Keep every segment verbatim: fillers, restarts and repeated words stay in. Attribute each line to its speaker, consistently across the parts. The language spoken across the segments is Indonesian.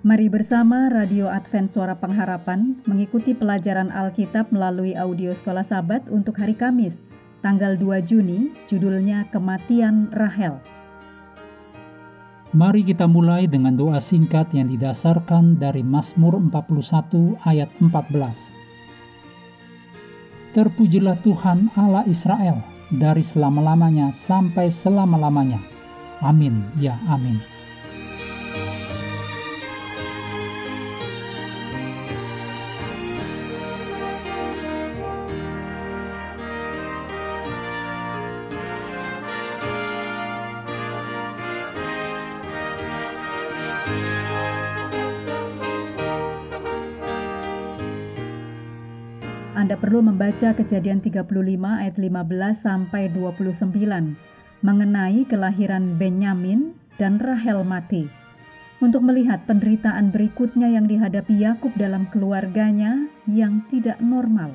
Speaker 1: Mari bersama Radio Advent Suara Pengharapan mengikuti pelajaran Alkitab melalui audio Sekolah Sabat untuk hari Kamis, tanggal dua Juni, judulnya Kematian Rahel.
Speaker 2: Mari kita mulai dengan doa singkat yang didasarkan dari Mazmur empat puluh satu ayat empat belas. Terpujilah Tuhan Allah Israel dari selama-lamanya sampai selama-lamanya. Amin, ya amin.
Speaker 1: Anda perlu membaca Kejadian tiga puluh lima ayat lima belas sampai dua puluh sembilan mengenai kelahiran Benyamin dan Rahel mati. Untuk melihat penderitaan berikutnya yang dihadapi Yakub dalam keluarganya yang tidak normal.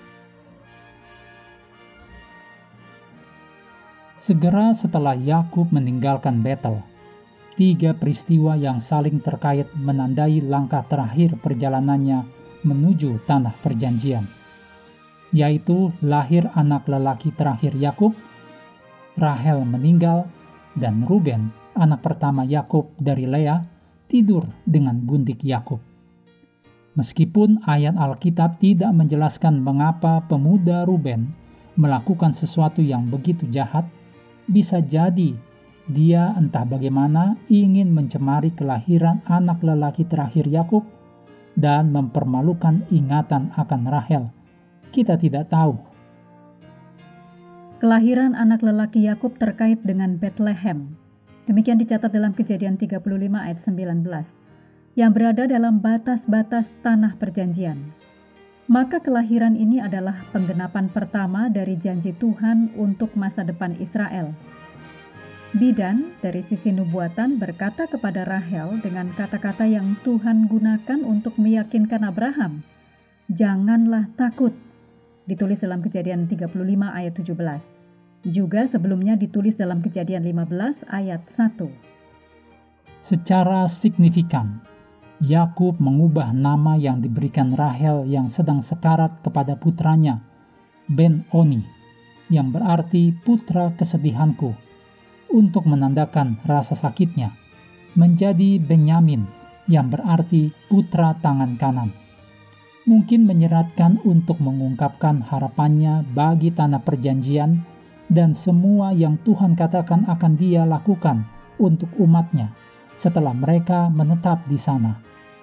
Speaker 2: Segera setelah Yakub meninggalkan Betel, tiga peristiwa yang saling terkait menandai langkah terakhir perjalanannya menuju tanah perjanjian, yaitu lahir anak lelaki terakhir Yakub, Rahel meninggal, dan Ruben, anak pertama Yakub dari Lea, tidur dengan gundik Yakub. Meskipun ayat Alkitab tidak menjelaskan mengapa pemuda Ruben melakukan sesuatu yang begitu jahat, bisa jadi dia entah bagaimana ingin mencemari kelahiran anak lelaki terakhir Yakub dan mempermalukan ingatan akan Rahel. Kita tidak tahu.
Speaker 1: Kelahiran anak lelaki Yakub terkait dengan Bethlehem. Demikian dicatat dalam Kejadian tiga puluh lima ayat sembilan belas, yang berada dalam batas-batas tanah perjanjian. Maka kelahiran ini adalah penggenapan pertama dari janji Tuhan untuk masa depan Israel. Bidan dari sisi nubuatan berkata kepada Rahel dengan kata-kata yang Tuhan gunakan untuk meyakinkan Abraham, "Janganlah takut." Ditulis dalam Kejadian tiga puluh lima ayat tujuh belas. Juga sebelumnya ditulis dalam Kejadian lima belas ayat satu.
Speaker 2: Secara signifikan, Yakub mengubah nama yang diberikan Rahel yang sedang sekarat kepada putranya, Ben-Oni, yang berarti putra kesedihanku, untuk menandakan rasa sakitnya, menjadi Benyamin, yang berarti putra tangan kanan. Mungkin menyeratkan untuk mengungkapkan harapannya bagi tanah perjanjian dan semua yang Tuhan katakan akan dia lakukan untuk umatnya setelah mereka menetap di sana.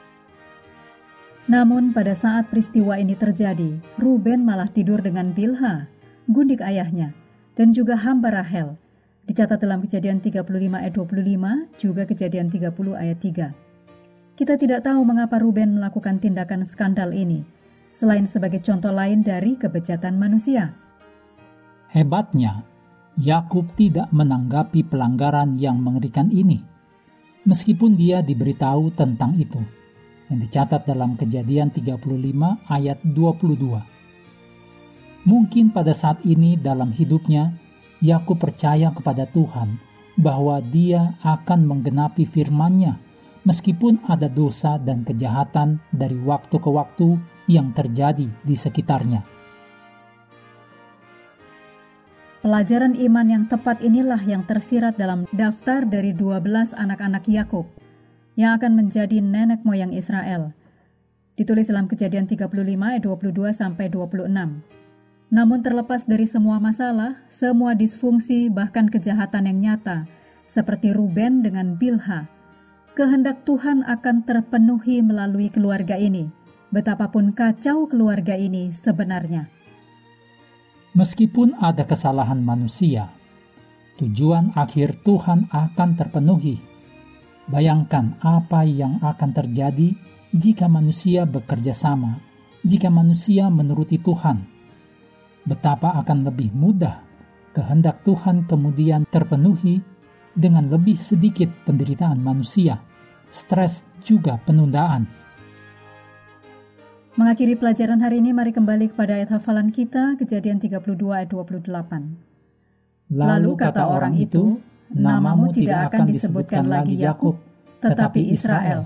Speaker 1: Namun pada saat peristiwa ini terjadi, Ruben malah tidur dengan Bilha, gundik ayahnya, dan juga hamba Rahel. Dicatat dalam Kejadian tiga puluh lima ayat dua puluh lima, juga Kejadian tiga puluh ayat tiga. Kita tidak tahu mengapa Ruben melakukan tindakan skandal ini, selain sebagai contoh lain dari kebejatan manusia.
Speaker 2: Hebatnya, Yakub tidak menanggapi pelanggaran yang mengerikan ini, meskipun dia diberitahu tentang itu, yang dicatat dalam Kejadian tiga puluh lima ayat dua puluh dua. Mungkin pada saat ini dalam hidupnya, Yakub percaya kepada Tuhan bahwa dia akan menggenapi firman-Nya, meskipun ada dosa dan kejahatan dari waktu ke waktu yang terjadi di sekitarnya.
Speaker 1: Pelajaran iman yang tepat inilah yang tersirat dalam daftar dari dua belas anak-anak Yakub yang akan menjadi nenek moyang Israel. Ditulis dalam Kejadian tiga puluh lima ayat dua puluh dua sampai dua puluh enam. Namun terlepas dari semua masalah, semua disfungsi bahkan kejahatan yang nyata, seperti Ruben dengan Bilha, kehendak Tuhan akan terpenuhi melalui keluarga ini, betapapun kacau keluarga ini sebenarnya.
Speaker 2: Meskipun ada kesalahan manusia, tujuan akhir Tuhan akan terpenuhi. Bayangkan apa yang akan terjadi jika manusia bekerja sama, jika manusia menuruti Tuhan. Betapa akan lebih mudah kehendak Tuhan kemudian terpenuhi dengan lebih sedikit penderitaan manusia, stres juga penundaan.
Speaker 1: Mengakhiri pelajaran hari ini, mari kembali kepada ayat hafalan kita, Kejadian tiga puluh dua ayat dua puluh delapan. Lalu kata orang itu, "Namamu tidak akan disebutkan lagi Yakub, tetapi Israel,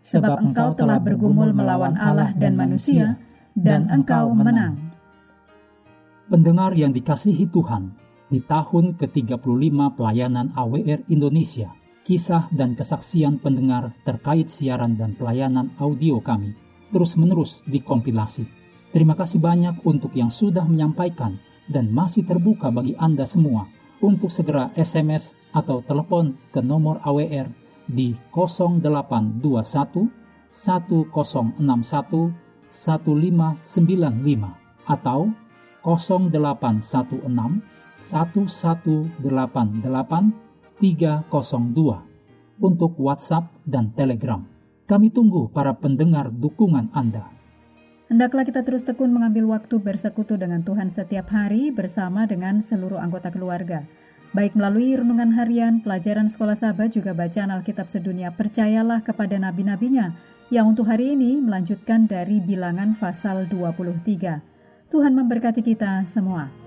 Speaker 1: sebab engkau telah bergumul melawan Allah dan manusia, dan engkau menang.
Speaker 2: Pendengar yang dikasihi Tuhan, di tahun ke tiga puluh lima pelayanan A W R Indonesia, kisah dan kesaksian pendengar terkait siaran dan pelayanan audio kami terus-menerus dikompilasi. Terima kasih banyak untuk yang sudah menyampaikan dan masih terbuka bagi Anda semua untuk segera S M S atau telepon ke nomor A W R di nol delapan dua satu satu nol enam satu satu lima sembilan lima atau nol delapan satu enam satu satu delapan delapan tiga nol dua untuk WhatsApp dan Telegram. Kami tunggu para pendengar dukungan Anda.
Speaker 1: Hendaklah kita terus tekun mengambil waktu bersekutu dengan Tuhan setiap hari bersama dengan seluruh anggota keluarga. Baik melalui renungan harian, pelajaran sekolah sahabat, juga bacaan Alkitab sedunia. Percayalah kepada nabi-nabinya yang untuk hari ini melanjutkan dari Bilangan pasal dua puluh tiga. Tuhan memberkati kita semua.